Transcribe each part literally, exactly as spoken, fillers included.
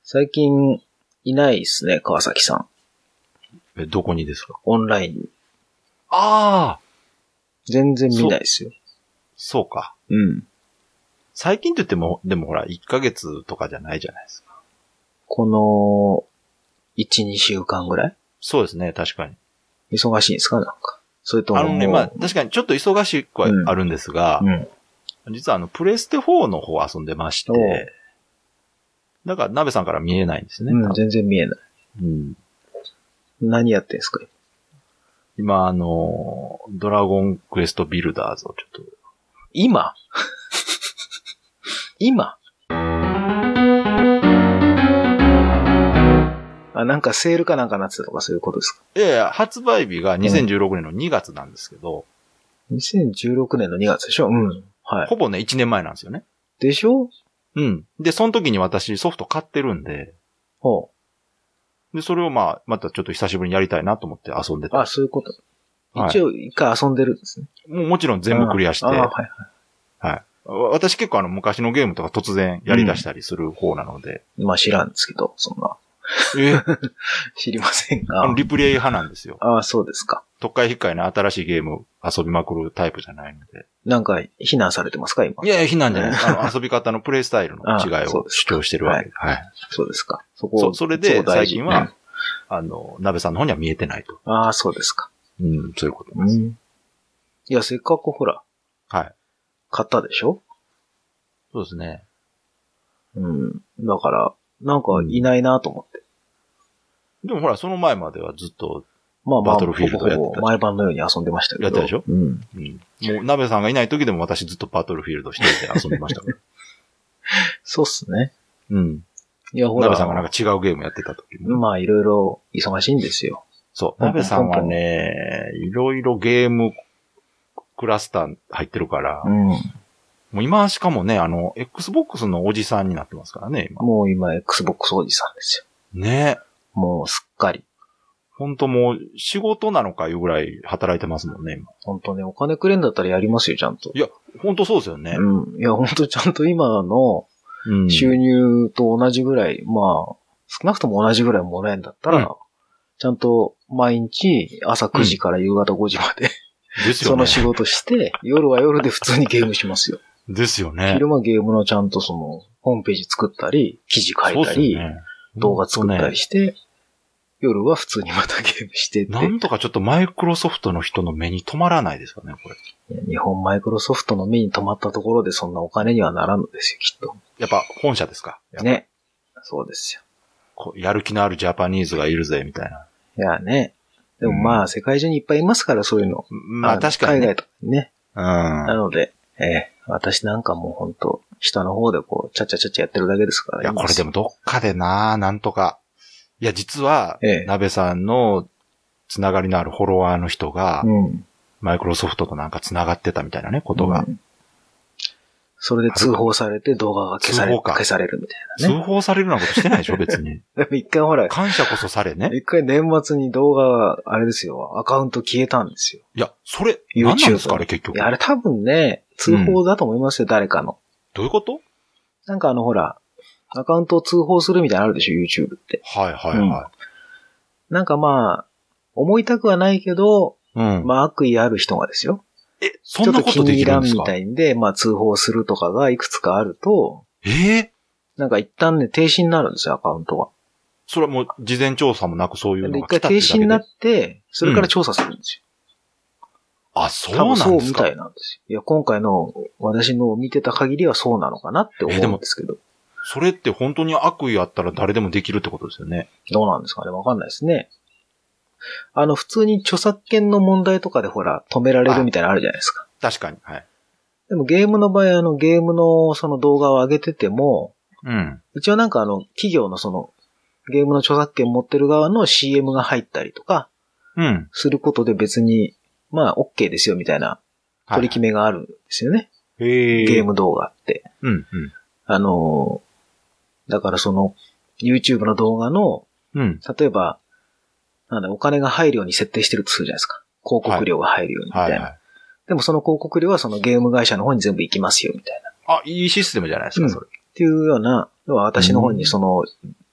最近、いないっすね、川崎さん。 え、どこにですか？ オンラインに。 ああ全然見ないっすよ。 そ、そうか。 うん。 最近って言っても、でもほら、いっかげつとかじゃないじゃないですか。 この、いち、にしゅうかんぐらいそうですね、確かに。 忙しいんですかなんか。それとももう。 あのね、まあ、確かにちょっと忙しくはあるんですが、 うん。 実はあの、プレステフォーの方遊んでまして、だから、鍋さんから見えないんですね。 うん、全然見えない。 うん。 何やってんすか今、あの、ドラゴンクエストビルダーズをちょっと。 今今あ、なんかセールかなんかなってたとかそういうことですか？ いやいや、発売日がにせんじゅうろくねんのにがつなんですけど、 うん、にせんじゅうろくねんのにがつでしょ？うん。はい。 ほぼね、いちねんまえなんですよね。 でしょ？ うん。で、その時に私ソフト買ってるんで、 ほで、それをまあ、またちょっと久しぶりにやりたいなと思って遊んでた。 あ、そういうこと。 はい、 一応、一回遊んでるんですね。 もうもちろん全部クリアして、 ああ、はいはい。 はい。私結構あの昔のゲームとか突然やり出したりする方なので。 うん、まあ知らんですけど、そんな。 え知りませんが。 あのリプレイ派なんですよ。 ああ、そうですか。 特会引っかいの新しいゲーム遊びまくるタイプじゃないので。 なんか、非難されてますか今。 いやいや、非難じゃない。あの遊び方のプレイスタイルの違いを主張してるわけで。はい。 そうですか。そこそ、それで最近は、 うん、 あの、鍋さんの方には見えてないと。 ああ、そうですか。 うん、そういうことです。うん、 いや、せっかくほら。 はい。 買ったでしょ？ そうですね。 うん。だから、なんかいないなと思って。 うん、でもほら、その前まではずっと、 まあまあ、 バトルフィールドやってた。 ほぼほぼ毎晩のように遊んでましたけど。 やったでしょ？ うん。 うん。もう、鍋さんがいない時でも私ずっとバトルフィールドしてて遊んでましたから。 そうっすね。 うん。 いや、ほら。 鍋さんがなんか違うゲームやってた時も。 まあ、いろいろ忙しいんですよ。 そう。鍋さんはね、いろいろゲームクラスター入ってるから。うん。もう今しかもね、あの、Xbox のおじさんになってますからね、今。 もう今、Xbox おじさんですよ。ね。 もうすっかり。 本当もう仕事なのかいうぐらい働いてますもんね、今。 本当ね、お金くれんだったらやりますよ、ちゃんと。 いや、本当そうですよね。 うん。いや、本当ちゃんと今の収入と同じぐらい、うん、まあ、少なくとも同じぐらいもらえるんだったら、うん、ちゃんと毎日朝くじから夕方ごじまで、うん、ですよね。その仕事して、夜は夜で普通にゲームしますよ。 ですよね。 昼間ゲームのちゃんとその、ホームページ作ったり、記事書いたり、ね、動画作ったりして、夜は普通にまたゲームしてって。 なんとかちょっとマイクロソフトの人の目に留まらないですかね、これ。 いや、日本マイクロソフトの目に留まったところでそんなお金にはならんのですよ、きっと。 やっぱ本社ですか？ ね。そうですよ。 こうやる気のあるジャパニーズがいるぜ、みたいな。 いやね。でもまあ、うん、世界中にいっぱいいますから、そういうの。 まあ確かに、ね。 海外とかにね。 うん。 なので、えー、私なんかもうほんと、下の方でこう、ちゃちゃちゃちゃやってるだけですから。 いや、これでもどっかでな、なんとか。いや、実は、ええ、鍋さんのつながりのあるフォロワーの人が、うん、マイクロソフトとなんかつながってたみたいなね、ことが。うん、 それで通報されて動画が消される。消されるみたいなね。通報されるようなことしてないでしょ、別に。 でも一回ほら。 感謝こそされね。 一回年末に動画、あれですよ、アカウント消えたんですよ。 いや、それ、何なんですか、あれ結局。 いや、あれ多分ね、通報だと思いますよ、うん、誰かの。 どういうこと？ なんかあの、ほら、アカウントを通報するみたいなのあるでしょ、YouTube って。 はいはいはい。うん、 なんかまあ、思いたくはないけど、うん、まあ悪意ある人がですよ。 え、そんなことできるんですか？ ちょっと気に入らんみたいんで、まあ通報するとかがいくつかあると、 えー、 なんか一旦ね、停止になるんですよ、アカウントが。 それはもう事前調査もなくそういうのが来たってだけで。 一回停止になって、それから調査するんですよ。 うん、あ、そうなんですか？ 多分そうみたいなんですよ。いや、今回の私の見てた限りはそうなのかなって思うんですけど。 それって本当に悪意あったら誰でもできるってことですよね。 どうなんですかね、わかんないですね。あの、普通に著作権の問題とかでほら、止められるみたいなのあるじゃないですか。 確かに。はい。 でもゲームの場合、あの、ゲームのその動画を上げてても、 うん。 一応なんかあの、企業のその、ゲームの著作権持ってる側の シーエム が入ったりとか、 うん。 することで別に、まあ、OK ですよみたいな取り決めがあるんですよね。 はい、へゲーム動画って。 うん、うん。 あの、だからその、YouTube の動画の、 うん。 例えば、なんだ、お金が入るように設定してるとするじゃないですか。広告料が入るようにみたいな。はいはいはい、でもその広告料はそのゲーム会社の方に全部行きますよみたいな。 あ、いいシステムじゃないですか、それ。 うん、っていうような、要は私の方にその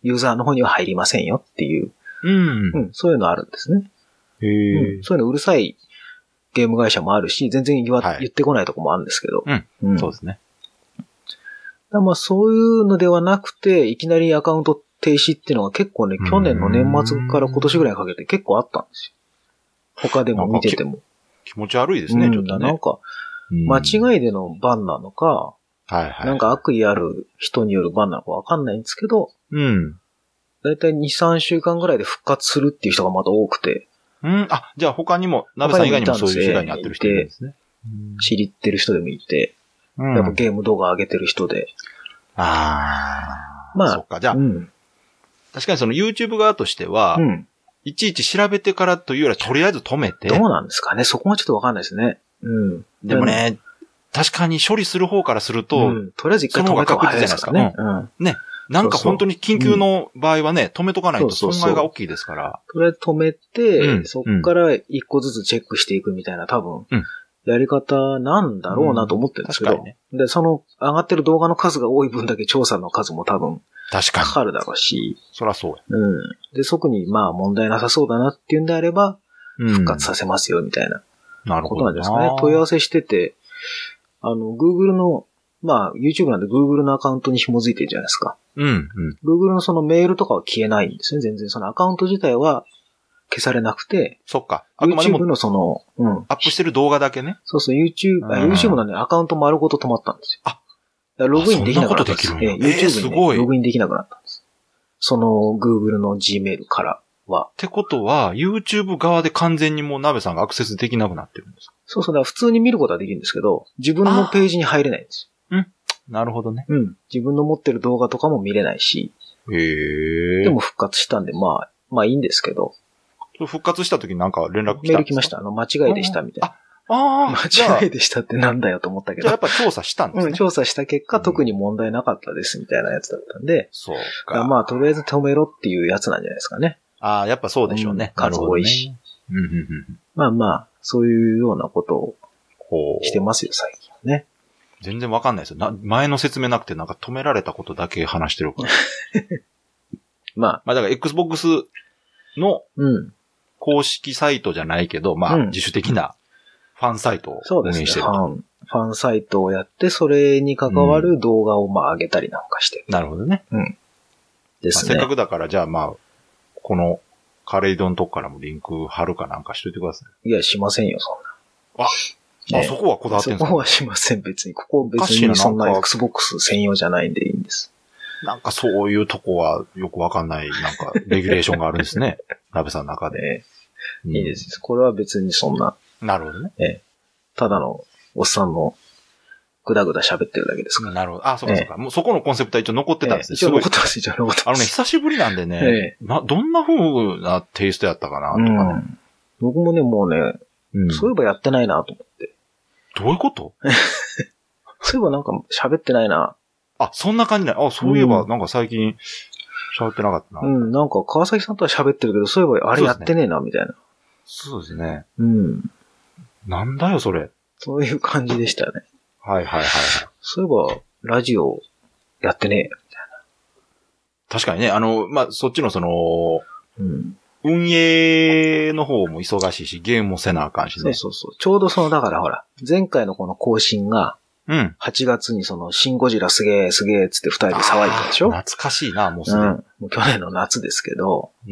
ユーザーの方には入りませんよっていう、 うん。 うん、そういうのあるんですね。 へー、 うん。そういうのうるさいゲーム会社もあるし、全然言わ、はい、言ってこないとこもあるんですけど。 うん。うん、そうですね。 だまあそういうのではなくて、いきなりアカウント停止っていうのが結構ね、去年の年末から今年ぐらいにかけて結構あったんですよ。他でも見てても。 気持ち悪いですね、うん、ちょっとね。 なんか、間違いでのバンなのか、 はいはい。 なんか悪意ある人によるバンなのかわかんないんですけど、 うん。 だいたいに、さんしゅうかんぐらいで復活するっていう人がまた多くて。 うん、あ、じゃあ他にも、ナベさん以外にもそういう被害に遭ってる人いるんですね。 知りってる人でもいて、うん、やっぱゲーム動画上げてる人で。 ああ。 まあ。 そっか、じゃあ、 うん、 確かにその YouTube 側としては、うん、いちいち調べてからというよりはとりあえず止めて。 どうなんですかね、そこはちょっとわかんないですね。うん。 でもね、確かに処理する方からすると、うん、 とりあえず一回止めた方が早いですかね。 うん。ね。なんか本当に緊急の場合はね、止めとかないと損害が大きいですから。 とりあえず止めて、うん、そっから一個ずつチェックしていくみたいな多分、うん、やり方なんだろうなと思ってるんですけど、うん、ね、で、その上がってる動画の数が多い分だけ調査の数も多分、 確かに。 かかるだろうし。 そらそうや。 うん。で、特にまあ問題なさそうだなっていうんであれば、復活させますよみたいな。 なるほど。ことなんですかね。問い合わせしてて、あの、Google の、まあ、YouTube なんで Google のアカウントに紐づいてるじゃないですか。 うん、うん。 Google のそのメールとかは消えないんですね。全然そのアカウント自体は消されなくて。 そっか。 あくまでも YouTube のその、うん。 アップしてる動画だけね。 そうそう、YouTube、あ YouTube のね、アカウント丸ごと止まったんですよ。 あ、 ログインできなくなったんです。 そんなことできるんや。 えー、 YouTube に、ね、 えー、ログインできなくなったんです。その Google の Gmail からは。 ってことは、YouTube 側で完全にもうナベさんがアクセスできなくなってるんですか？ そうそう、だから普通に見ることはできるんですけど、自分のページに入れないんですよ。うん。なるほどね。 うん。自分の持ってる動画とかも見れないし。 へー。 でも復活したんで、まあ、まあいいんですけど。 復活した時なんか連絡来たんですか？ メール来ました。あの、間違いでしたみたいな。 あ、ああ。 間違いでしたってなんだよと思ったけど。 じゃあやっぱ調査したんですね。 うん、調査した結果、特に問題なかったですみたいなやつだったんで。 そうか。 まあ、とりあえず止めろっていうやつなんじゃないですかね。 ああ、やっぱそうでしょうね。 うん、数多いし。 うんうんうん、 まあまあ、そういうようなことをしてますよ、最近はね。 全然わかんないですよな。前の説明なくてなんか止められたことだけ話してるから。 まあ。 まあだから Xbox の公式サイトじゃないけど、まあ自主的なファンサイトを運営してる、 うん。そうですね。ファン、ファンサイトをやって、それに関わる動画をまあ上げたりなんかしてる。 うん、なるほどね。 うん。ですね。 まあ、せっかくだからじゃあまあ、このカレイドのとこからもリンク貼るかなんかしといてください。 いや、しませんよ、そんな。 あ、ね、あ、そこはこだわってんすか？ そこはしません、別に。ここ別にそんな Xbox 専用じゃないんでいいんです。 なんかそういうとこはよくわかんない、なんか、レギュレーションがあるんですね。ナベさんの中で。 うん、いいです。これは別にそんな。 なるほどね。 ええ、ただのおっさんのぐだぐだ喋ってるだけですから。 なるほど。あ、そうかそうか。ええ、もうそこのコンセプトは一応残ってたんですね。 ええ、一応残ってます、一応残ってます。 あのね、久しぶりなんでね、ええ、などんな風なテイストやったかなとかね、うん。 僕もね、もうね、うん、そういえばやってないなと思って。 どういうこと？ そういえばなんか喋ってないな。 あ、そんな感じな。あ、そういえばなんか最近喋ってなかったな。 うん、なんか川崎さんとは喋ってるけど、そういえばあれやってねえな、みたいな。 そうですね。 うん。 なんだよ、それ。 そういう感じでしたね。 はいはいはい。 そういえば、ラジオやってねえ、みたいな。 確かにね、あの、まあ、そっちのその、 うん、 運営の方も忙しいし、ゲームもせなあかんしね。 そうそうそう。ちょうどその、だからほら、前回のこの更新が、 うん。 はちがつにその、シンゴジラすげえすげえつって二人で騒いだでしょ？ 懐かしいな、もうすでに。うん。もう去年の夏ですけど、 うん。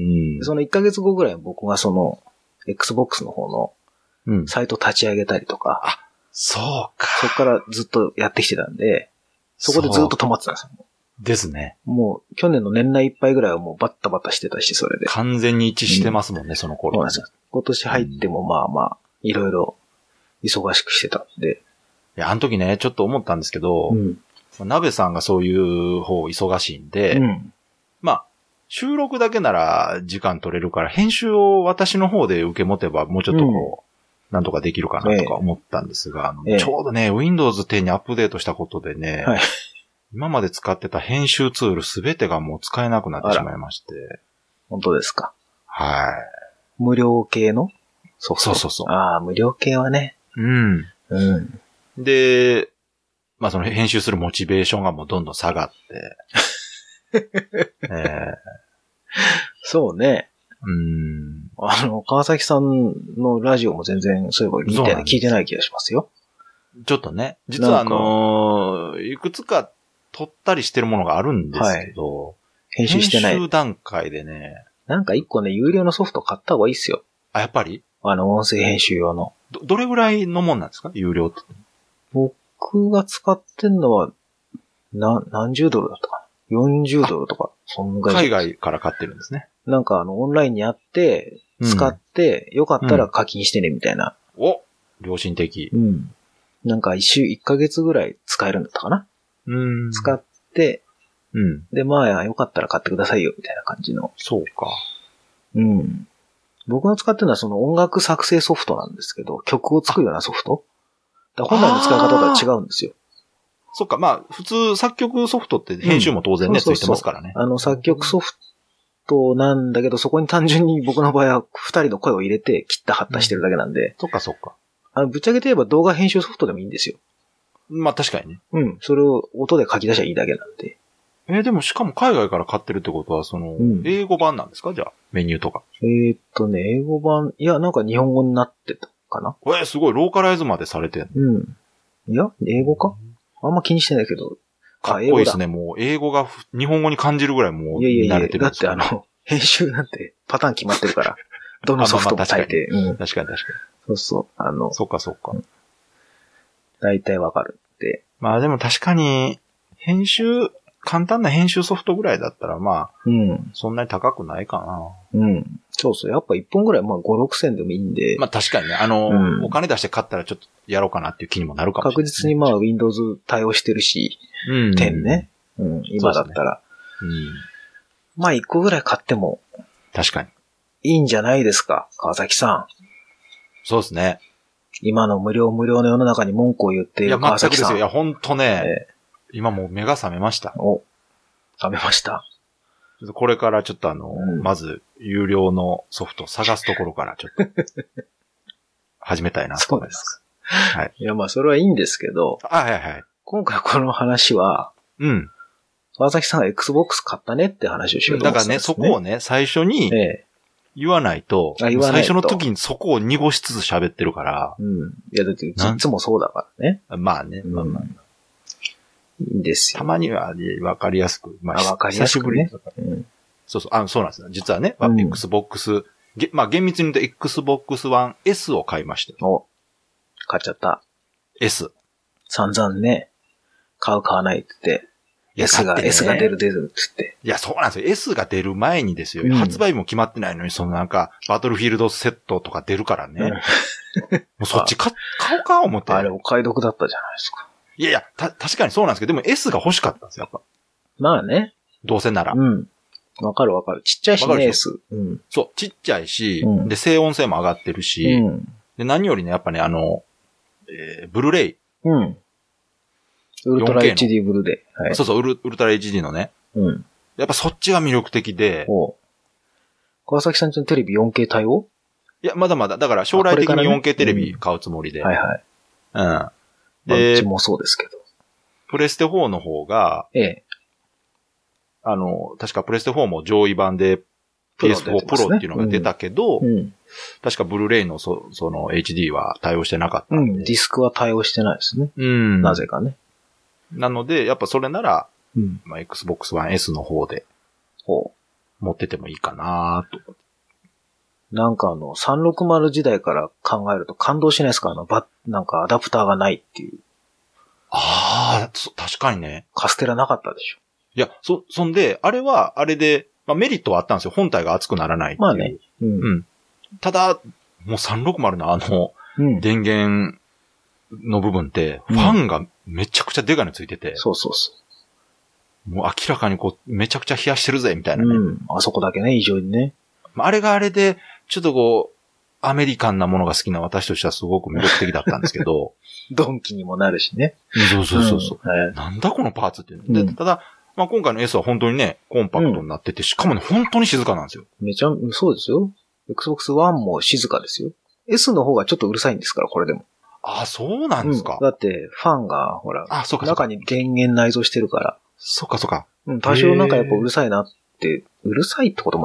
そのいっかげつごぐらい僕がその、Xbox の方の、サイト立ち上げたりとか、 うん、あ、そうか。 そっからずっとやってきてたんで、そこでずっと止まってたんですよ。 ですね。 もう、去年の年内いっぱいぐらいはもうバッタバタしてたし、それで。 完全に一致してますもんね、うん、その頃。 そうなんですよ。今年入ってもまあまあ、いろいろ忙しくしてたんで。 いや、あの時ね、ちょっと思ったんですけど、うん、鍋さんがそういう方忙しいんで、うん、まあ、収録だけなら時間取れるから、編集を私の方で受け持てばもうちょっとこう、うん、なんとかできるかなとか思ったんですが、ええ、ちょうどね、Windows テンにアップデートしたことでね、はい、今まで使ってた編集ツールすべてがもう使えなくなってしまいまして。 本当ですか？ はい。 無料系の？ そうそうそうそう。 ああ、無料系はね。 うん。 うん。 で、まあその編集するモチベーションがもうどんどん下がって。えそうね。 うーん。 あの、川崎さんのラジオも全然、そういえば見て、聞いてない気がしますよ。 ちょっとね。実はあのー、いくつか撮ったりしてるものがあるんですけど、はい、 編集してない。 編集段階でね。 なんか一個ね、有料のソフト買った方がいいっすよ。 あ、やっぱり？ あの、音声編集用の。 ど、どれぐらいのもんなんですか？有料って。 僕が使ってんのは、な、何十ドルだったかな ?よんじゅう ドルとか、そんぐらい。 海外から買ってるんですね。 なんかあの、オンラインにあって、使って、うん、よかったら課金してね、みたいな。 うん、お良心的。 うん。なんか一週、一ヶ月ぐらい使えるんだったかなうん。 使って、 うん。 で、まあ、よかったら買ってくださいよ、みたいな感じの。 そうか。 うん。僕が使ってるのはその音楽作成ソフトなんですけど、曲を作るようなソフトだ本来の使い方とは違うんですよ。 そっか、まあ、普通作曲ソフトって編集も当然ね、うん、そうそうそうついてますからね。 あの、作曲ソフトなんだけど、そこに単純に僕の場合は二人の声を入れて切った貼ったしてるだけなんで。うん、 そっかそっか。 あの、ぶっちゃけて言えば動画編集ソフトでもいいんですよ。 まあ確かにね。 うん。それを音で書き出しゃいいだけなんで。 えー、でもしかも海外から買ってるってことは、その、うん、英語版なんですかじゃあ、メニューとか。 えー、っとね、英語版、いや、なんか日本語になってたかな。 えー、すごい、ローカライズまでされてんの。 うん。いや、英語かあんま気にしてないけど。 かっこいいですね。もう、英語が日本語に感じるぐらいもう、慣れてるんですよ。いやいやいや、 だってあの、編集なんてパターン決まってるから。どのソフトも書いて。 まあまあ確かに、うん、確かに確かに。 そうそう。あの、 そっかそっか。 だいたいわかるって。 まあでも確かに、編集、簡単な編集ソフトぐらいだったら、まあ、うん。そんなに高くないかな。うん。そうそう。やっぱ一本ぐらい、まあご、ろくせんでもいいんで。 まあ確かにね、あの、うん、お金出して買ったらちょっとやろうかなっていう気にもなるかもしれない、 確実にまあ Windows 対応してるし、うん。じゅうね。うん。今だったら。うね、うん。まあ一個ぐらい買っても。 確かに。 いいんじゃないですか、川崎さん。 そうですね。 今の無料無料の世の中に文句を言っている川崎さん。 いや、全くですよ。いや、ほんとね、えー、今もう目が覚めました。 お、覚めました。 これからちょっとあの、うん、まず、有料のソフトを探すところからちょっと、始めたいなと思います。 そうですか。はい。いや、まあ、それはいいんですけど、 あ、はいはい。 今回この話は、 うん。 川崎さんが Xbox 買ったねって話をしようと思ってたんですね。 だからね、そこをね、最初に、ええ、言わないと、あ、言わないと最初の時にそこを濁しつつ喋ってるから。 うん。いや、だっていつもそうだからね。 まあね、うん、まあまあ。 いいんですよ。 たまにはわかりやすく。 まあ、わかりやすくね。 うん、そうそう、あ、そうなんですよ。実はね、うん、Xbox、まあ厳密に言うと Xbox One S を買いました。 お、買っちゃった。 S。 散々ね、買う買わないって言って。S が、ね、S が出る出るって言って。 いや、そうなんですよ。S が出る前にですよ。うん、発売も決まってないのに、そのなんか、バトルフィールドセットとか出るからね。うん、もうそっち買おうか思って。 あれお買い得だったじゃないですか。 いやいや、た、確かにそうなんですけど、でも S が欲しかったんですよ、やっぱ。 まあね。 どうせなら。 うん。わかるわかる。ちっちゃいしね、S。 うん。そう、ちっちゃいし、うん、で、静音性も上がってるし、うん、で、何よりね、やっぱね、あの、えー、ブルーレイ。 うん。ウルトラ エイチディー ブルーレイ。 はい。そうそう、ウル、ウルトラ エイチディー のね。うん。やっぱそっちが魅力的で。 お川崎さんちのテレビ よんケー 対応？ いや、まだまだ。だから将来的に よんケー テレビ買うつもりで。 うん、はいはい。 うん。 で、うちもそうですけど。 プレステフォーの方が、 ええ。 あの、確かプレステフォーも上位版で ピーエスフォー プロっていうのが出たけど、うんうん、確かブルーレイのそ、その エイチディー は対応してなかったんで。うん、 ディスクは対応してないですね。うん。なぜかね。 なので、やっぱそれなら、うん、まあ、Xbox One S の方で、 ほう。持っててもいいかなと。 なんかあの、さんびゃくろくじゅう時代から考えると感動しないですかあの、ば、なんかアダプターがないっていう。 ああ、確かにね。 カステラなかったでしょ。 いや、そ、そんで、あれは、あれで、まあメリットはあったんですよ。本体が熱くならないっていう。 まあね。 うん。うん、ただ、もうさんびゃくろくじゅうのあの、うん、電源の部分って、ファンがめちゃくちゃデカについてて、うん。 そうそうそう。 もう明らかにこう、めちゃくちゃ冷やしてるぜ、みたいなね。 うん。あそこだけね、異常にね。 あれがあれで、ちょっとこう、アメリカンなものが好きな私としてはすごく魅力的だったんですけど。 ドンキにもなるしね。 そうそうそうそう、うんはい。なんだこのパーツって。で、ただ、まあ、今回の S は本当にね、コンパクトになってて、しかもね、本当に静かなんですよ。 めちゃ、そうですよ。Xbox One も静かですよ。S の方がちょっとうるさいんですから、これでも。 ああ、そうなんですか。 うん、だって、ファンが、ほら、 あ、そうかそうか中に電源内蔵してるから。 そうかそうか。 うん、多少なんかやっぱうるさいなって、うるさいってこともないか。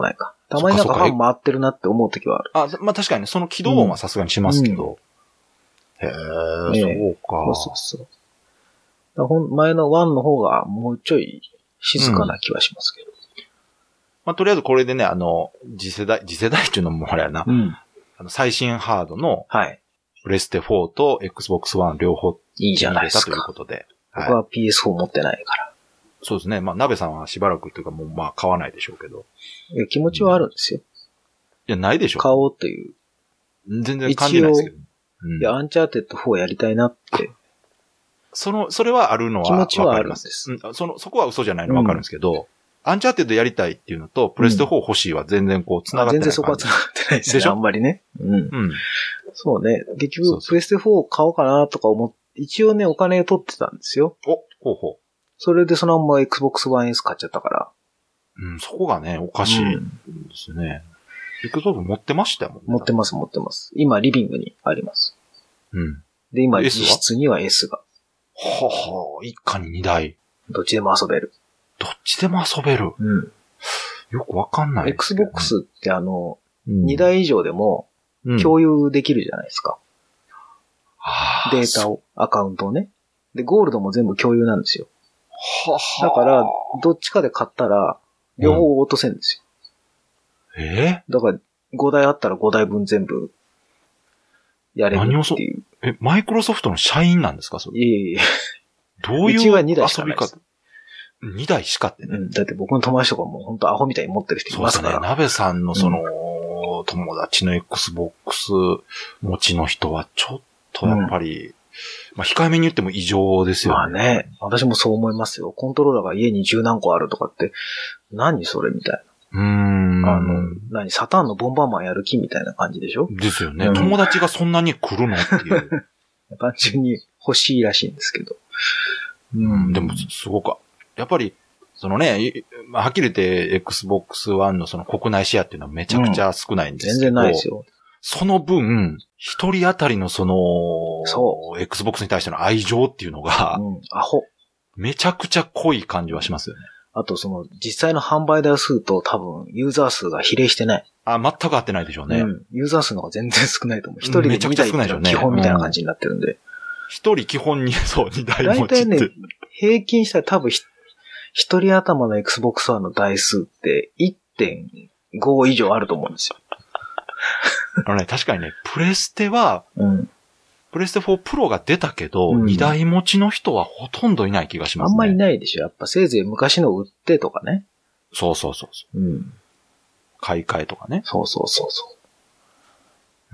たまになんかファン回ってるなって思うときはある。 あ、まあ確かにね、その起動音はさすがにしますけど。うん、へえ、そうか。 そうそうそう。だほん前のワンの方がもうちょい静かな気はしますけど。うん、 まあとりあえずこれでね、あの、次世代、次世代っていうのもあれやな。うん、あの最新ハードの、はい。プレステフォーと Xbox One 両方いいじゃないですか。 ということで。 僕は ピーエスフォー 持ってないから。 そうですね。まあ、鍋さんはしばらくというかもうまあ買わないでしょうけど。 いや、気持ちはあるんですよ。 いや、ないでしょ。 買おうっていう。 全然感じないですけど。 うん、いや、アンチャーテッドフォーやりたいなって。 その、それはあるのは気持ちはあるんです。 うん、その、そこは嘘じゃないのわかるんですけど、うん、アンチャーテッドやりたいっていうのと、プレステフォー欲しいは全然こう、繋がってない、うん。 全然そこは繋がってないですね。 でしょ？ あんまりね。うん。うん。そうね。結局、 そうそうプレステフォー買おうかなとか思って、一応ね、お金を取ってたんですよ。 お、ほうほう。 それでそのまま Xbox One S 買っちゃったから。 うん、そこがね、おかしいですね。うん、Xbox 持ってましたもんね。 持ってます、持ってます。今、リビングにあります。 うん。 で、今、実質には S が。 はは一家ににだい。 どっちでも遊べる。 どっちでも遊べる。 うん。 よくわかんない、ね。 Xbox ってあの、うん、にだい以上でも共有できるじゃないですか。うん、データを、アカウントをね。で、ゴールドも全部共有なんですよ。 ははだから、どっちかで買ったら、両方落とせるんですよ。うん、えー、だから、ごだいあったらごだいぶん全部、やれるっていう。 え、マイクロソフトの社員なんですかそれ。 いえいえ。 どういう遊び方にだいしかってね、 うん。だって僕の友達とかも本当アホみたいに持ってる人いますから。 そうですね。鍋さんのその、うん、友達の Xbox 持ちの人はちょっとやっぱり、うん、まあ控えめに言っても異常ですよね。 まあね。私もそう思いますよ。コントローラーが家に十何個あるとかって、何それみたいな。 うーん。 あの、何サターンのボンバーマンやる気みたいな感じでしょ？ ですよね。うん、友達がそんなに来るのっていう。 単純に欲しいらしいんですけど。 うん、でもすごく、やっぱり、そのね、はっきり言って Xbox One のその国内シェアっていうのはめちゃくちゃ少ないんですけど、うん、 全然ないですよ。 その分、一人当たりのその、そう。Xbox に対しての愛情っていうのが、 うん、アホ。 めちゃくちゃ濃い感じはしますよね。 あとその、実際の販売台数と多分、ユーザー数が比例してない。 あ、全く合ってないでしょうね。うん。 ユーザー数の方が全然少ないと思う。一人でにだいって基本みたいな感じになってるんで。 一人基本に、そう、にだい持ちって。 大体ね、平均したら多分、一人頭の Xbox One の台数って いってんご 以上あると思うんですよ。 あのね、確かにね、プレステは、 うん、 プレステフォープロが出たけど、うん、にだい持ちの人はほとんどいない気がしますね。 あんまいないでしょ。やっぱせいぜい昔の売ってとかね。 そうそうそうそう。 うん。 買い替えとかね。 そうそうそうそう。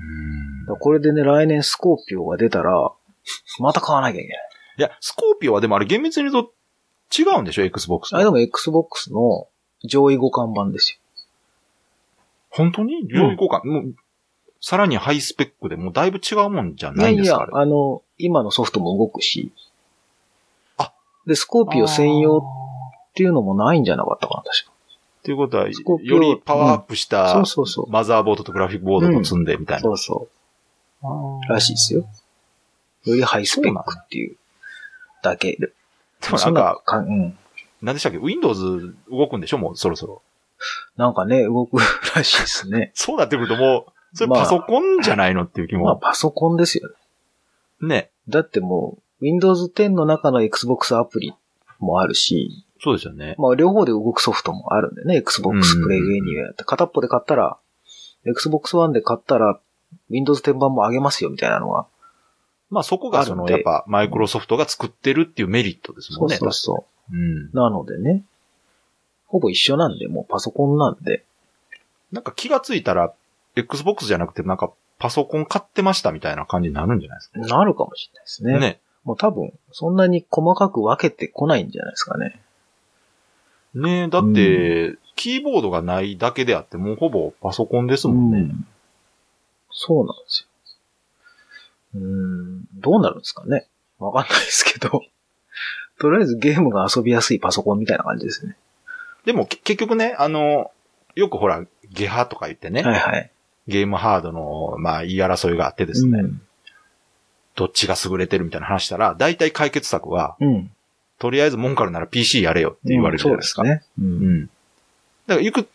うん。 だこれでね、来年スコーピオが出たら、また買わなきゃいけない。 いや、スコーピオはでもあれ厳密に言うと違うんでしょ ?Xbox と。 あれでも Xbox の上位互換版ですよ。 本当に上位互換、うん、もうさらにハイスペックでもうだいぶ違うもんじゃないんですか？いやいや、 あの、今のソフトも動くし。 あ、 で、スコーピオ専用っていうのもないんじゃなかったかな、確か。 っていうことは、よりパワーアップした、 うん、そうそうそうマザーボードとグラフィックボードと積んでみたいな。 うん、そうそう。らしいですよ。よりハイスペックっていうだけで。 でもなんか、 かうん、 何でしたっけ ?Windows 動くんでしょもうそろそろ。 なんかね、動くらしいですね。 そうなってくるともう、それパソコンじゃないのっていう気も。 まあ、まあ、パソコンですよね。ね。 だってもう、Windows テンの中の Xbox アプリもあるし。 そうですよね。 まあ、両方で動くソフトもあるんでね。Xbox Play Anywhere って片っぽで買ったら、Xbox One で買ったら、Windows テン版も上げますよみたいなのが。 まあそこがそのやっぱマイクロソフトが作ってるっていうメリットですもんね。 そうそうそう。 うん。 なのでね。ほぼ一緒なんで、もうパソコンなんで。 なんか気がついたら、Xbox じゃなくてなんかパソコン買ってましたみたいな感じになるんじゃないですか。 なるかもしれないですね。ね。もう多分、そんなに細かく分けてこないんじゃないですかね。 ねえ、だって、うん、キーボードがないだけであって、もうほぼパソコンですもんね。うん、 そうなんですよ。うーん、どうなるんですかね。わかんないですけど。とりあえずゲームが遊びやすいパソコンみたいな感じですね。 でも結局ね、あの、よくほら、ゲハとか言ってね。 はいはい。 ゲームハードの、まあ、言い争いがあってですね。うん、どっちが優れてるみたいな話したら、大体解決策は、うん、とりあえず文句あるなら ピーシー やれよって言われるじゃないですか。 うん、そうですね。うん。 だから、ゆく、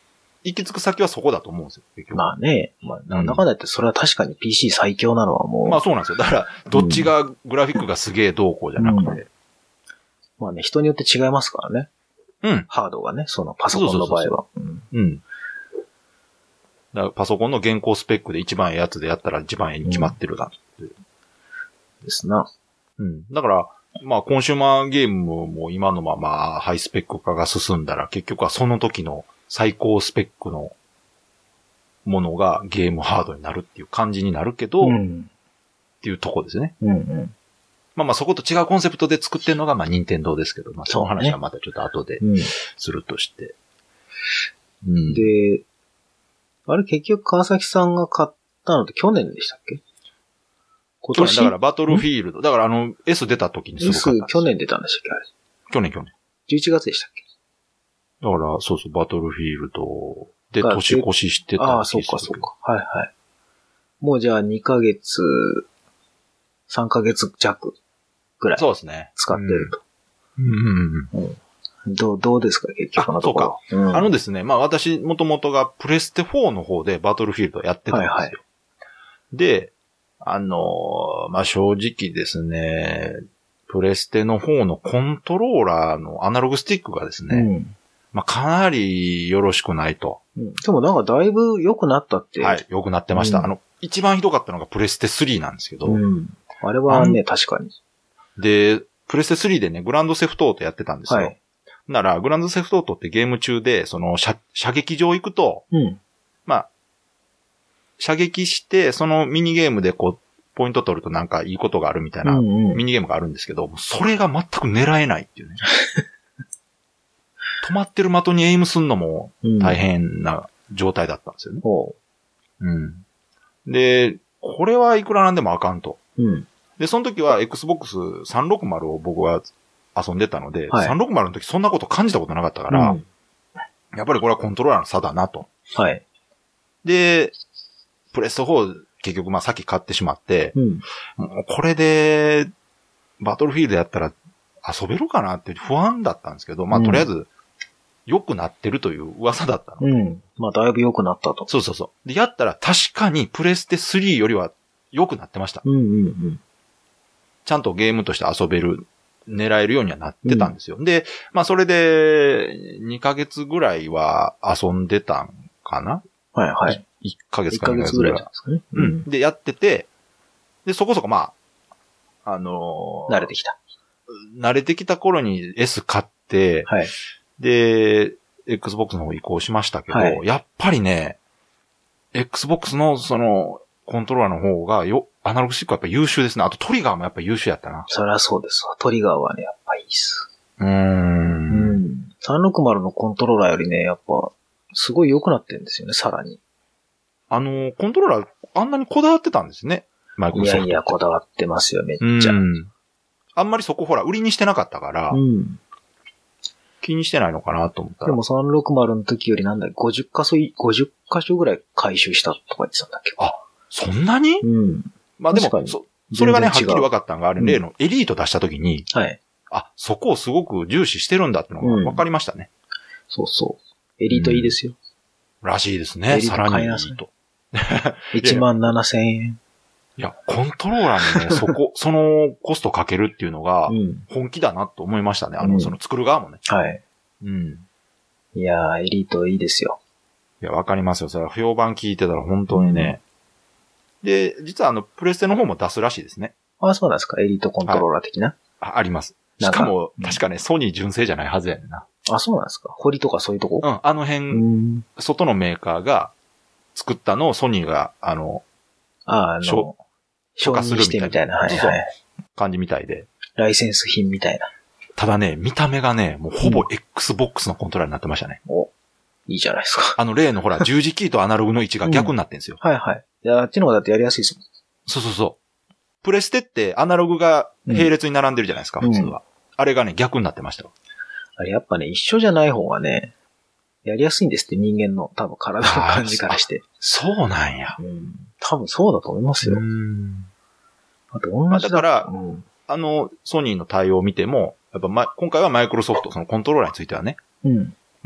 行き着く先はそこだと思うんですよ、結局。 まあね。まあ、なんだかんだってそれは確かに ピーシー 最強なのはもう。 まあそうなんですよ。だから、どっちがグラフィックがすげえどうこうじゃなくて、うん。 まあね、人によって違いますからね。 うん。 ハードがね、そのパソコンの場合は。そうそうそうそう。 うん。だからパソコンの現行スペックで一番ええやつでやったら一番ええに決まってるだ、うん。 ですな。 うん。だから、まあコンシューマーゲームも今のままハイスペック化が進んだら結局はその時の最高スペックのものがゲームハードになるっていう感じになるけど、うん、っていうとこですね。 うんうん、 まあまあそこと違うコンセプトで作ってるのがまあ任天堂ですけど、まあその話はまたちょっと後でするとして。 うんうん、で、あれ結局川崎さんが買ったのって去年でしたっけ？ 今年だからバトルフィールド。だからあの S 出た時にすぐ買った。 S 去年出たんでしたっけあれ？ 去年去年。 じゅういちがつでしたっけ？ だからそうそうバトルフィールドで年越ししてたんです。 ああ、そうかそうか。はいはい。もうじゃあにかげつ、さんかげつ弱ぐらい。 そうですね。 使ってると。 うんうんうんうん、どう、どうですか結局のところ。 あ、そうか。うん、あのですね、まあ私もともとがプレステフォーの方でバトルフィールドやってたんですよ。はいはい、で、あのー、まあ正直ですね、プレステの方のコントローラーのアナログスティックがですね、うんまあ、かなりよろしくないと。 うん、でもなんかだいぶ良くなったって。 はい、良くなってました。うん、あの、一番ひどかったのがプレステスリーなんですけど。 うん、あれはね、確かに。 で、プレステスリーでね、グランドセフトオートやってたんですよ。はい、なら、グランドセフトオートってゲーム中で、その射、射撃場行くと、うん、まあ、射撃して、そのミニゲームでこう、ポイント取るとなんかいいことがあるみたいなミニゲームがあるんですけど、うんうん、それが全く狙えないっていうね。止まってる的にエイムすんのも大変な状態だったんですよね。うん。で、これはいくらなんでもあかんと。うん、で、その時は エックスボックスさんびゃくろくじゅう を僕は遊んでたので、はい、さんびゃくろくじゅうの時そんなこと感じたことなかったから、うん、やっぱりこれはコントローラーの差だなと。 はい。 で、プレステフォー結局まあさっき買ってしまって、うん、もうこれでバトルフィールドやったら遊べるかなって不安だったんですけど、まあとりあえず、うん良くなってるという噂だったの。 うん。まあ、だいぶ良くなったと。 そうそうそう。で、やったら確かにプレステスリーよりは良くなってました。 うんうんうん。 ちゃんとゲームとして遊べる、狙えるようにはなってたんですよ。うん、で、まあ、それで、にかげつぐらいは遊んでたんかな？ はいはい。 いっかげつかにかげつぐらいですかね。 うん。で、やってて、で、そこそこまあ、あのー、 慣れてきた。 慣れてきた頃に S 買って、 はい。 で、Xbox の方移行しましたけど、はい、やっぱりね、Xbox のその、コントローラーの方がよ、アナログスティックはやっぱ優秀ですね。あとトリガーもやっぱ優秀やったな。 そりゃそうですわ。トリガーはね、やっぱいいっす。 うーん。 うん。さんびゃくろくじゅうのコントローラーよりね、やっぱ、すごい良くなってるんですよね、さらに。 あの、コントローラー、あんなにこだわってたんですね。マイクロソフト。 いやいや、こだわってますよ、めっちゃ。 うん。あんまりそこほら、売りにしてなかったから、うん。気にしてないのかなと思ったら。 でもさんびゃくろくじゅうの時よりなんだ、ごじゅっか所、ごじゅっか所ぐらい回収したとか言ってたんだっけど。 あ、そんなに？ うん。 まあでも、そ、それがね、はっきり分かったのがあれ、うん、例のエリート出した時に、 はい。 あ、そこをすごく重視してるんだってのが分かりましたね。うん、 そうそう。エリートいいですよ。 うん、らしいですね。さらにエリート。 いちまんななせんえん。 いや、コントローラーにね、そこ、そのコストかけるっていうのが、本気だなと思いましたね。あの、うん、その作る側もね。 はい。 うん。 いやー、エリートいいですよ。 いや、わかりますよ。それは評判聞いてたら本当にね。うん、で、実はあの、プレステの方も出すらしいですね。 ああ、そうなんですか。エリートコントローラー的な。はい、 あ、あります。しかも、うん、確かね、ソニー純正じゃないはずやねんな。 あ、そうなんですか。堀とかそういうとこ？ うん、あの辺、外のメーカーが作ったのをソニーが、あの、 ああ、あの、 許可するみたいな。 みたいな、はいはい。 感じみたいで。 ライセンス品みたいな。 ただね、見た目がね、もうほぼ Xbox のコントローラーになってましたね。 うん、お、いいじゃないですか。 あの例のほら、十字キーとアナログの位置が逆になってんですよ。 うん、はいはい。いや、あっちの方がだってやりやすいですもん。 そうそうそう。プレステってアナログが並列に並んでるじゃないですか、うん、普通は。あれがね、逆になってました。 あれやっぱね、一緒じゃない方がね、やりやすいんですって、人間の多分体の感じからして。 そうなんや。 うん。多分そうだと思いますよ。うん。あと同じだ。 だから、うん、あの、ソニーの対応を見ても、やっぱ、ま、今回はマイクロソフト、そのコントローラーについてはね。うん。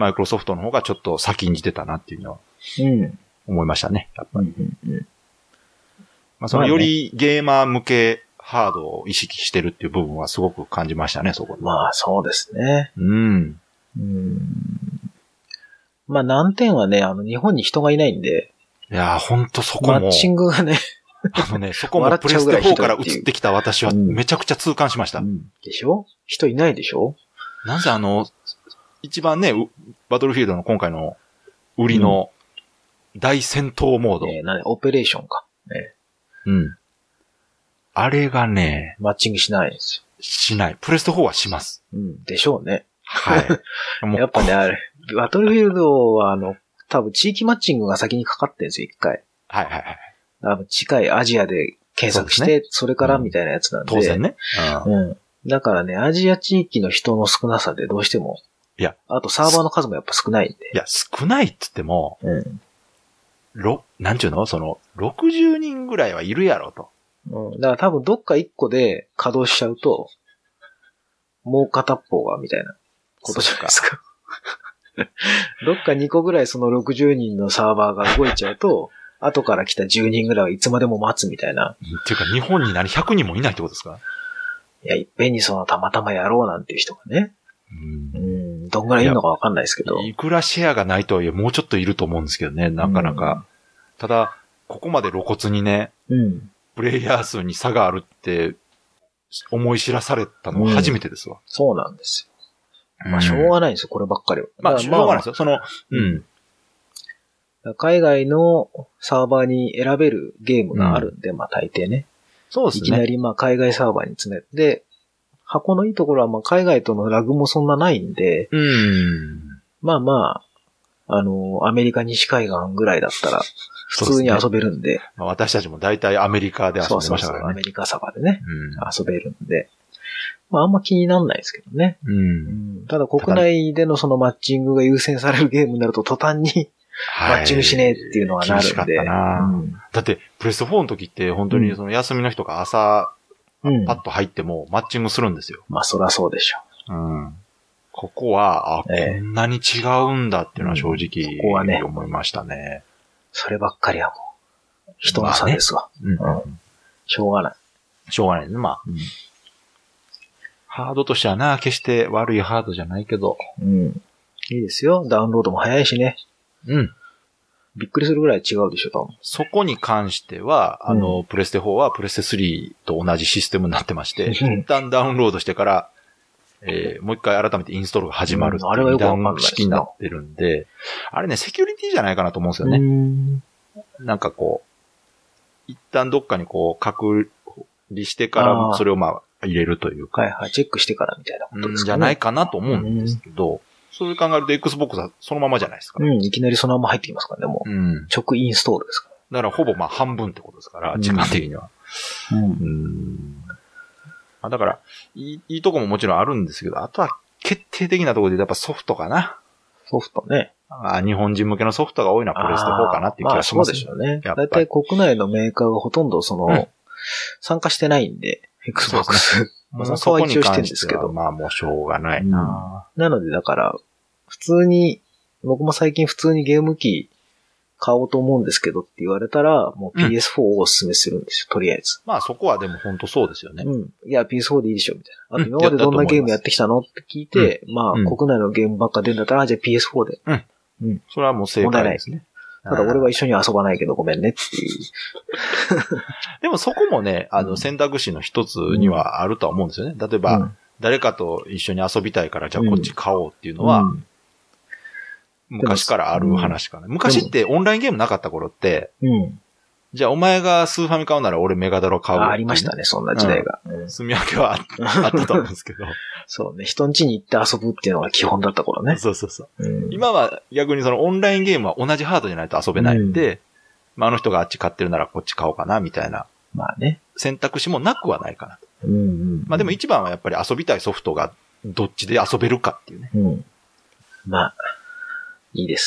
マイクロソフトの方がちょっと先んじてたなっていうのは、思いましたね。やっぱり。うんうんうん、まあ、そのよりゲーマー向けハードを意識してるっていう部分はすごく感じましたね、そこで。 まあ、そうですね。 うん。 うん。まあ、難点はね、あの、日本に人がいないんで。 いやー、ほんとそこも。 マッチングがね。 あのね、そこもプレステフォーから移ってきた私はめちゃくちゃ痛感しました。うん、 でしょ？人いないでしょ？ なぜあの、一番ね、バトルフィールドの今回の売りの大戦闘モード。 うん、えー、なんオペレーションか。ね、 うん。あれがね、 マッチングしないんですよ。 しない。プレステフォーはします。 うん。でしょうね。 はい。 やっぱね、あれ、バトルフィールドはあの、多分地域マッチングが先にかかってるんですよ、一回。 はいはいはい。 多分近いアジアで検索して、それからみたいなやつなんで。 当然ね。 うん。だからね、アジア地域の人の少なさでどうしても。 いや。 あとサーバーの数もやっぱ少ないんで。 いや、少ないって言っても、うん。ろ、なんちゅうのその、ろくじゅうにんぐらいはいるやろと。 うん。だから多分どっかいっこで稼働しちゃうと、もう片っ方がみたいなことじゃないですか。どっかにこぐらいそのろくじゅうにんのサーバーが動いちゃうと、後から来たじゅうにんぐらいはいつまでも待つみたいな。 っていうか日本に何ひゃくにんもいないってことですか？ いや、いっぺんにそのたまたまやろうなんていう人がね。うん。うん。どんぐらいいるのかわかんないですけど。 いくらシェアがないとはいえもうちょっといると思うんですけどね、なかなか。うん、ただ、ここまで露骨にね、うん、プレイヤー数に差があるって思い知らされたのは初めてですわ。うん、 そうなんですよ。まあ、しょうがないんですよ、こればっかりは。 まあ、しょうがないですよ。その、うん。 海外のサーバーに選べるゲームがあるんで、うん、まあ大抵ね。 そうですね。 いきなりまあ海外サーバーに詰めて、箱のいいところはまあ海外とのラグもそんなないんで、 うん、 まあまあ、あの、アメリカ西海岸ぐらいだったら普通に遊べるんで。でね、 まあ、私たちも大体アメリカで遊んでましたからね。そうそうそう、 アメリカサーバーでね、うん、遊べるんで。まああんま気にならないですけどね。 うんうん、 ただ国内でのそのマッチングが優先されるゲームになると途端にマッチングしねえっていうのはなるんで。 厳しかったな、うん、だって、プレステフォーの時って本当にその休みの人が朝、うん、パッと入ってもマッチングするんですよ。 まあそりゃそうでしょう。うん。ここは、あ、えー、こんなに違うんだっていうのは正直、ここはね、思いましたね。 そればっかりはもう、人の差ですわ。まあね、うんうん。しょうがない。 しょうがないね。まあ、うん。ハードとしてはな、決して悪いハードじゃないけど。 うん。いいですよ。ダウンロードも早いしね。 うん。 びっくりするぐらい違うでしょ、多分。 そこに関しては、あの、うん、プレステフォーはプレステスリーと同じシステムになってまして、一旦ダウンロードしてから、えー、もう一回改めてインストールが始まるっていう二段式になってるんで、あれね、セキュリティじゃないかなと思うんですよね。んなんかこう、一旦どっかにこう、隔離してから、それをまあ、入れるというか。 はいはい、チェックしてからみたいなことですかね。 じゃないかなと思うんですけど、それ考えると Xbox はそのままじゃないですか。 うん、いきなりそのまま入ってきますからね、もう。うん、直インストールですから。 だからほぼまあ半分ってことですから、時間的には。うん。うんまあ、だから、いい、いいとこももちろんあるんですけど、あとは決定的なところでやっぱソフトかな。 ソフトね。 あ日本人向けのソフトが多いのはプレステフォーかなっていう気がします。 まあ、そうでしょうね。だいたい国内のメーカーがほとんどその、うん、参加してないんで、Xbox。まあ、参加は一応してるんですけど。 まあもうしょうがないな、 うん、なのでだから、普通に、僕も最近普通にゲーム機買おうと思うんですけどって言われたら、もう ピーエスフォー をお勧めするんですよ、うん、とりあえず。 まあそこはでも本当そうですよね。 うん。いや、ピーエスフォー でいいでしょ、みたいな。あと今までどんなゲームやってきたのって聞いて、うん、まあ、うん、国内のゲームばっか出るんだったら、じゃあ ピーエスフォー で。 うん。うん。それはもう正解ですね。 ただ俺は一緒に遊ばないけどごめんねっていう。 でもそこもね、あの選択肢の一つにはあるとは思うんですよね。例えば、うん、誰かと一緒に遊びたいからじゃあこっち買おうっていうのは、うん、昔からある話かな。昔ってオンラインゲームなかった頃って、うん、じゃあお前がスーファミ買うなら俺メガドラ買う、ね。 あ、ありましたね、そんな時代が。 うん、住み分けは あ, あったと思うんですけど。 そうね、人ん家に行って遊ぶっていうのが基本だった頃ね。 そうそうそう。うん、今は逆にそのオンラインゲームは同じハードじゃないと遊べないんで、うん、まああの人があっち買ってるならこっち買おうかなみたいな。 まあね。 選択肢もなくはないかなと。 うんうんうん、 まあでも一番はやっぱり遊びたいソフトがどっちで遊べるかっていうね。 うん、まあ、いいです。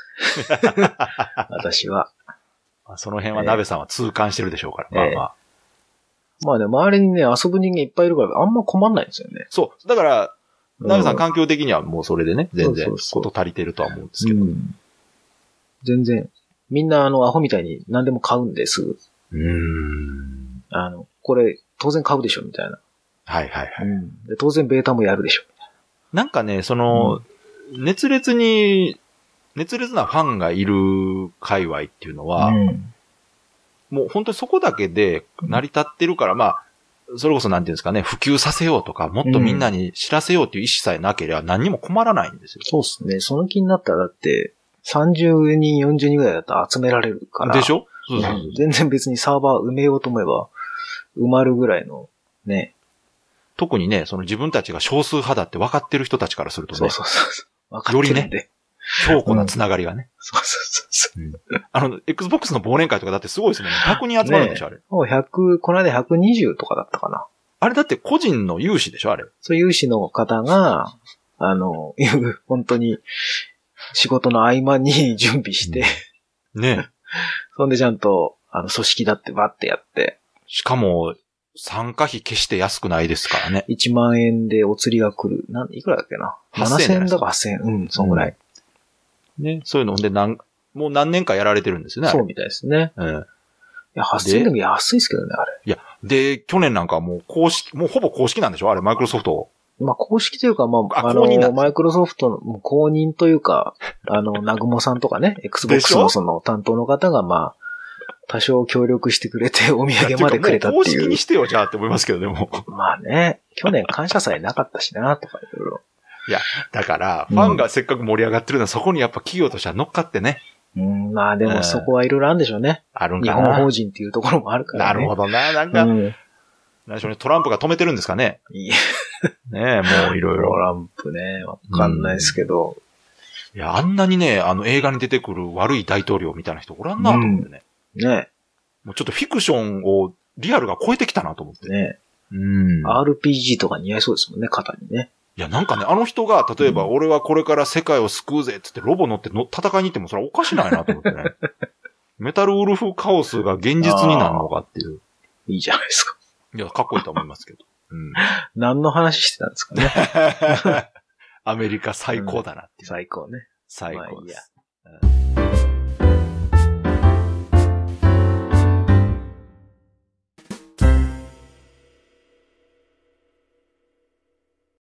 私は。 その辺は鍋さんは痛感してるでしょうから、えー、まあまあ。 まあね、周りにね、遊ぶ人間いっぱいいるから、あんま困んないんですよね。 そう。だから、 ナベさん環境的にはもうそれでね、全然こと足りてるとは思うんですけど。うん、 全然。みんなあの、アホみたいに何でも買うんです。 うーん。 あの、これ、当然買うでしょ、みたいな。 はいはいはい。うん、 で当然ベータもやるでしょ、みたいな。なんかね、その、うん、熱烈に、熱烈なファンがいる界隈っていうのは、うん、もう本当にそこだけで成り立ってるから、まあ、それこそなんていうんですかね、普及させようとか、もっとみんなに知らせようっていう意思さえなければ何にも困らないんですよ。 そうですね。その気になったらだって、さんじゅうにん、よんじゅうにんぐらいだったら集められるから。 でしょ？ そうそうそう。全然別にサーバー埋めようと思えば、埋まるぐらいの、ね。 特にね、その自分たちが少数派だって分かってる人たちからするとね。 そうそうそう。分かってるんで。よりね、 強固なつながりがね。 うん、そうそうそう、うん。 あの、Xbox の忘年会とかだってすごいですもんね。ひゃくにん集まるんでしょ、ね、あれ。 もうひゃく、この間ひゃくにじゅうとかだったかな。 あれだって個人の有志でしょ、あれ。 そういう有志の方が、あの、本当に仕事の合間に準備して、 うん、ねそんでちゃんと、あの、組織だってバッてやって。 しかも、参加費決して安くないですからね。 いちまんえんでお釣りが来る。なん、いくらだっけな。ななせんえんだかはっせんえん。うん、そんぐらい。 うん、ね、そういうので、なん、もう何年かやられてるんですよね。 そうみたいですね。 うん。 いや、はっせんえんでも安いですけどね、あれ。 いや、で、去年なんかはもう公式、もうほぼ公式なんでしょあれ、マイクロソフト。 まあ、公式というか、まあ、あ, あの、マイクロソフトの公認というか、あの、ナグモさんとかね、Xbox のその担当の方が、まあ、多少協力してくれて、お土産までくれたっていう。 公式にしてよ、じゃあって思いますけど、でも。 まあね、去年感謝祭なかったしな、とかいろいろ。 いや、だから、ファンがせっかく盛り上がってるのは、うん、そこにやっぱ企業としては乗っかってね。 うん、まあでもそこはいろいろあるんでしょうね。 あるんかな。 日本法人っていうところもあるからね。 なるほどな、なんか、うん、何でしょうね、トランプが止めてるんですかね。 いや。 ねえ、もういろいろ。 トランプね、わかんないですけど、 うん。いや、あんなにね、あの映画に出てくる悪い大統領みたいな人おらんなと思ってね。 うん、ねもうちょっとフィクションをリアルが超えてきたなと思って。 ねうん。 アールピージー とか似合いそうですもんね、肩にね。 いや、なんかね、あの人が、例えば、俺はこれから世界を救うぜってってロボ乗っての戦いに行っても、それはおかしないなと思ってね。メタルウルフカオスが現実になるのかっていう。 いいじゃないですか。 いや、かっこいいと思いますけど。うん、 何の話してたんですかね。 アメリカ最高だなっていう、 うん、最高ね。 最高です。まあいいや。